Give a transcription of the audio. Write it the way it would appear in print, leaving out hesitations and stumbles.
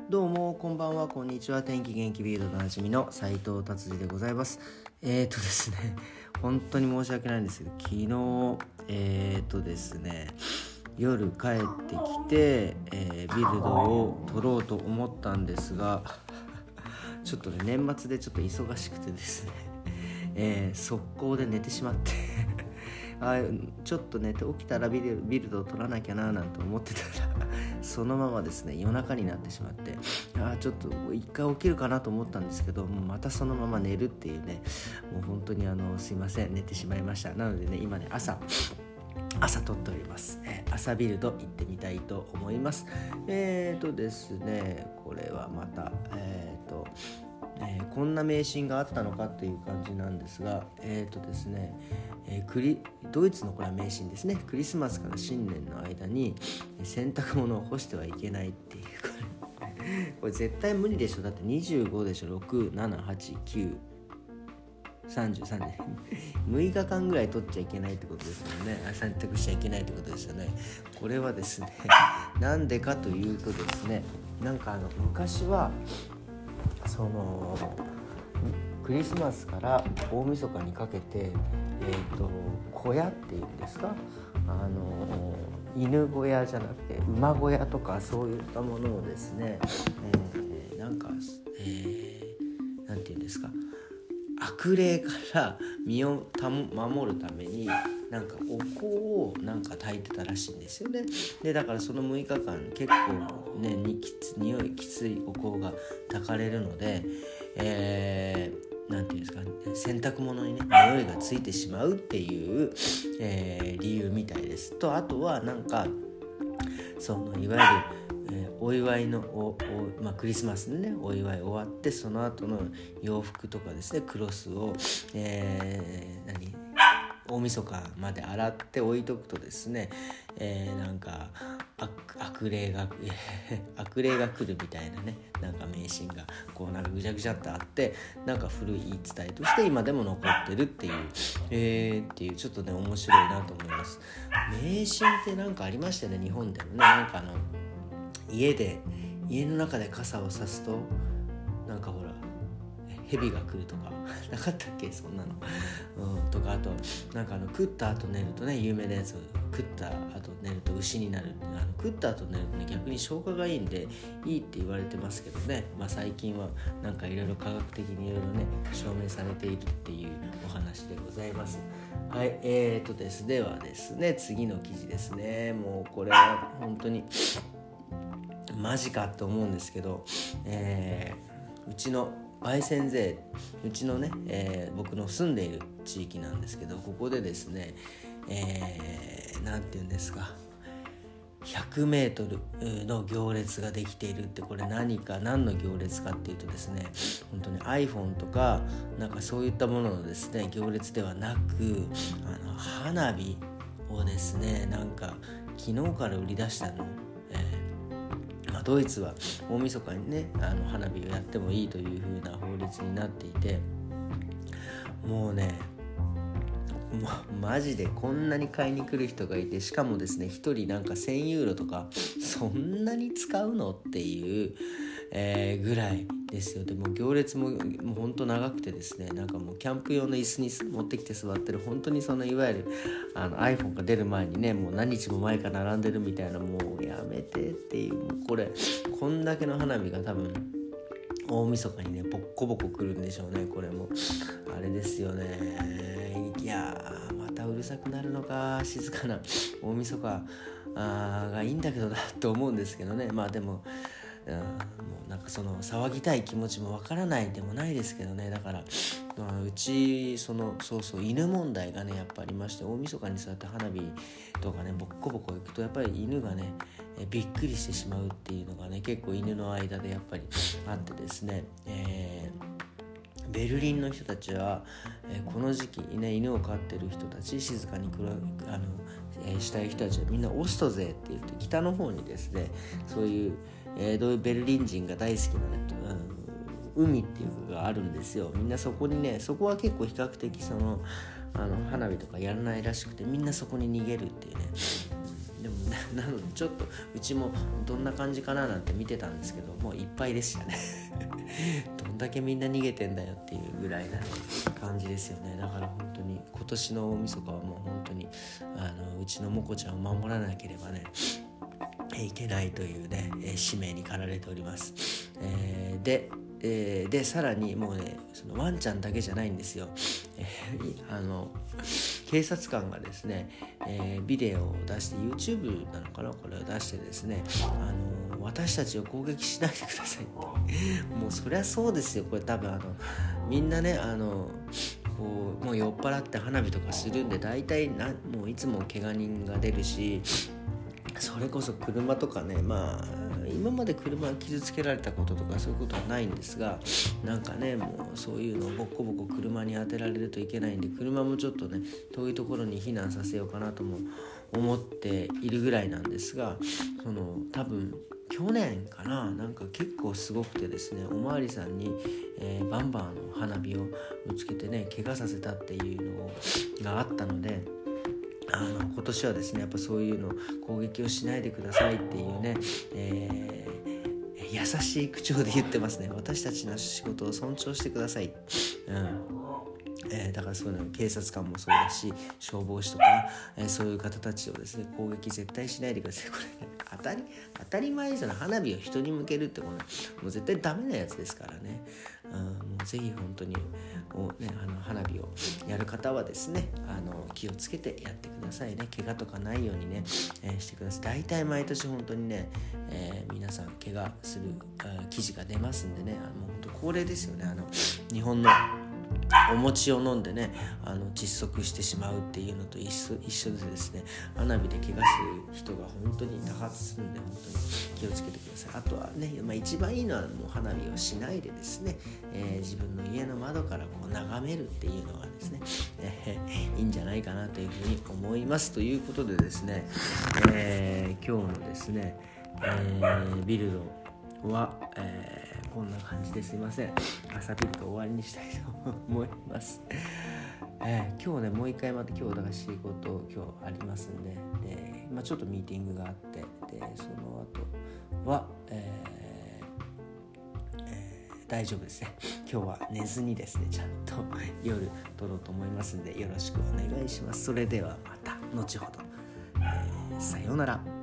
どうもこんばんは、こんにちは。天気元気ビルドでおなじみの斉藤達治でございます。ですね本当に申し訳ないんですけど、昨日ですね夜帰ってきて、ビルドを撮ろうと思ったんですがちょっとね、年末でちょっと忙しくてですね、速攻で寝てしまってちょっと寝て起きたらビルドを撮らなきゃななんて思ってたらそのままですね夜中になってしまって、ちょっと一回起きるかなと思ったんですけど、もうまたそのまま寝るっていうね、もう本当にすいません、寝てしまいました。なのでね、今ね朝撮っております。朝ビルド行ってみたいと思います。ですね、これはまたこんな迷信があったのかという感じなんですが、ですね、ドイツのこれは迷信ですね。クリスマスから新年の間に洗濯物を干してはいけないっていうこれ絶対無理でしょ。だって25でしょ。6、7、8、9、33で6日間ぐらい取っちゃいけないってことですよね。洗濯しちゃいけないってことですよね。これはですねなんでかというとですね、なんか昔はクリスマスから大晦日にかけて、小屋っていうんですか、犬小屋じゃなくて馬小屋とかそういったものをですね、なんていうんですか、悪霊から身を守るためになんかお香をなんか焚いてたらしいんですよね。でだからその6日間結構ね匂いきついお香が焚かれるので、なんていうんですか、洗濯物にね匂いがついてしまうっていう、理由みたいです。とあとはなんかいわゆるお祝いのクリスマスのねお祝い終わって、その後の洋服とかですね、クロスを、大晦日まで洗って置いとくとですね、なんか悪霊が来るみたいなね、なんか迷信がこうなんかぐちゃぐちゃってあって、なんか古い言い伝えとして今でも残ってるっていう、っていうちょっとね面白いなと思います。迷信ってなんかありましたね、日本でもね。なんか家の中で傘を差すとなんかほら蛇が来るとかなかったっけ、そんなの、とか、あとなんか食った後寝るとね、有名なやつ、食った後寝ると牛になる。食った後寝るとね、逆に消化がいいんでいいって言われてますけどね。最近はなんかいろいろ科学的にいろいろね証明されているっていうお話でございます。はい、ではですね、次の記事ですね。もうこれは本当にマジかと思うんですけど、うちの焙煎税、うちのね、僕の住んでいる地域なんですけど、ここでですね、なんていうんですか、100メートルの行列ができているって、これ何の行列かっていうとですね、本当に iPhone とかなんかそういったもののですね行列ではなく、花火をですね、なんか昨日から売り出したの。ドイツは大晦日にね花火をやってもいいという風な法律になっていて、もうねマジでこんなに買いに来る人がいて、しかもですね1人なんか1000ユーロとか、そんなに使うのっていう、ぐらいですよ。でも行列もうほんと長くてですね、なんかもうキャンプ用の椅子に持ってきて座ってる、本当にいわゆるiPhone が出る前にね、もう何日も前から並んでるみたいな、もうやめてっていう、もうこんだけの花火が多分大晦日にねボッコボコ来るんでしょうね。これもあれですよね。いやまたうるさくなるのか、静かな大晦日がいいんだけどなと思うんですけどね。でももうなんか騒ぎたい気持ちもわからないでもないですけどね。だからうちそう犬問題がねやっぱありまして、大晦日にそうやって花火とかねボッコボコ行くとやっぱり犬がねびっくりしてしまうっていうのがね結構犬の間でやっぱりあってですね、ベルリンの人たちは、この時期ね犬を飼ってる人たち、静かにしたい人たちはみんなオストゼーって言って、北の方にですねそういう、どういうベルリン人が大好きな、海っていうのがあるんですよ。みんなそこにね、そこは結構比較的花火とかやらないらしくて、みんなそこに逃げるっていうね。 でもなのでちょっとうちもどんな感じかななんて見てたんですけど、もういっぱいでしたねどんだけみんな逃げてんだよっていうぐらいな感じですよね。だから本当に今年の大晦日はもう本当にうちのもこちゃんを守らなければねいけないというね、使命に駆られております。でさらにもうね、そのワンちゃんだけじゃないんですよ。警察官がですね、ビデオを出して YouTube なのかな、これを出してですね、私たちを攻撃しないでくださいってもうそりゃそうですよ。これ多分みんなねこうもう酔っ払って花火とかするんで、大体もういつも怪我人が出るし、それこそ車とかね、今まで車傷つけられたこととかそういうことはないんですが、なんかねもうそういうのをボッコボコ車に当てられるといけないんで、車もちょっとね遠いところに避難させようかなとも思っているぐらいなんですが、多分去年かな、なんか結構すごくてですね、おまわりさんに、バンバン花火をぶつけてね怪我させたっていうのがあったので、今年はですねやっぱそういうの攻撃をしないでくださいっていうね、優しい口調で言ってますね。私たちの仕事を尊重してください、だからそういうの警察官もそうだし消防士とか、そういう方たちをですね攻撃絶対しないでください。これ、ね、当たり前ですよね。花火を人に向けるってもう絶対ダメなやつですからね。もうぜひ本当に花火をやる方はですね気をつけてやってくださいね。怪我とかないようにね、してください。大体毎年本当にね、皆さん怪我する記事が出ますんでね、もう本当恒例ですよね。日本のお餅を飲んでね窒息してしまうっていうのと一緒でですね、花火で怪我する人が本当に多発するんで本当に気をつけてください。あとはね、一番いいのはもう花火をしないでですね、自分の家の窓からこう眺めるっていうのがですね、いいんじゃないかなというふうに思います。ということでですね、今日のですね、ビルドは、こんな感じですいません。朝ビルド終わりにしたいと思います。今日ねもう一回また今日だから仕事今日ありますんで、ちょっとミーティングがあって、でその後は、大丈夫ですね。今日は寝ずにですねちゃんと夜撮ろうと思いますんでよろしくお願いします。それではまた後ほど、さようなら。